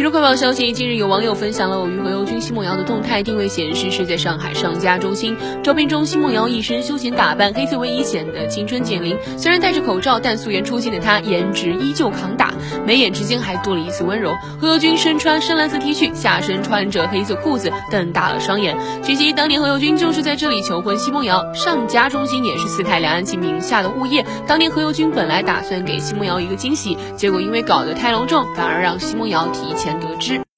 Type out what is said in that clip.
日快报消息，近日有网友分享了偶遇何猷君、奚梦瑶的动态，定位显示是在上海上佳中心。照片中，奚梦瑶一身休闲打扮，黑色卫衣显得青春减龄。虽然戴着口罩，但素颜出镜的她颜值依旧扛打，眉眼之间还多了一丝温柔。何猷君身穿深蓝色 T 恤，下身穿着黑色裤子，瞪大了双眼。据悉，当年何猷君就是在这里求婚奚梦瑶。上佳中心也是四台两岸旗名下的物业，当年何猷君本来打算给奚梦瑶一个惊喜，结果因为搞得太隆重，反而让奚梦瑶提前得知。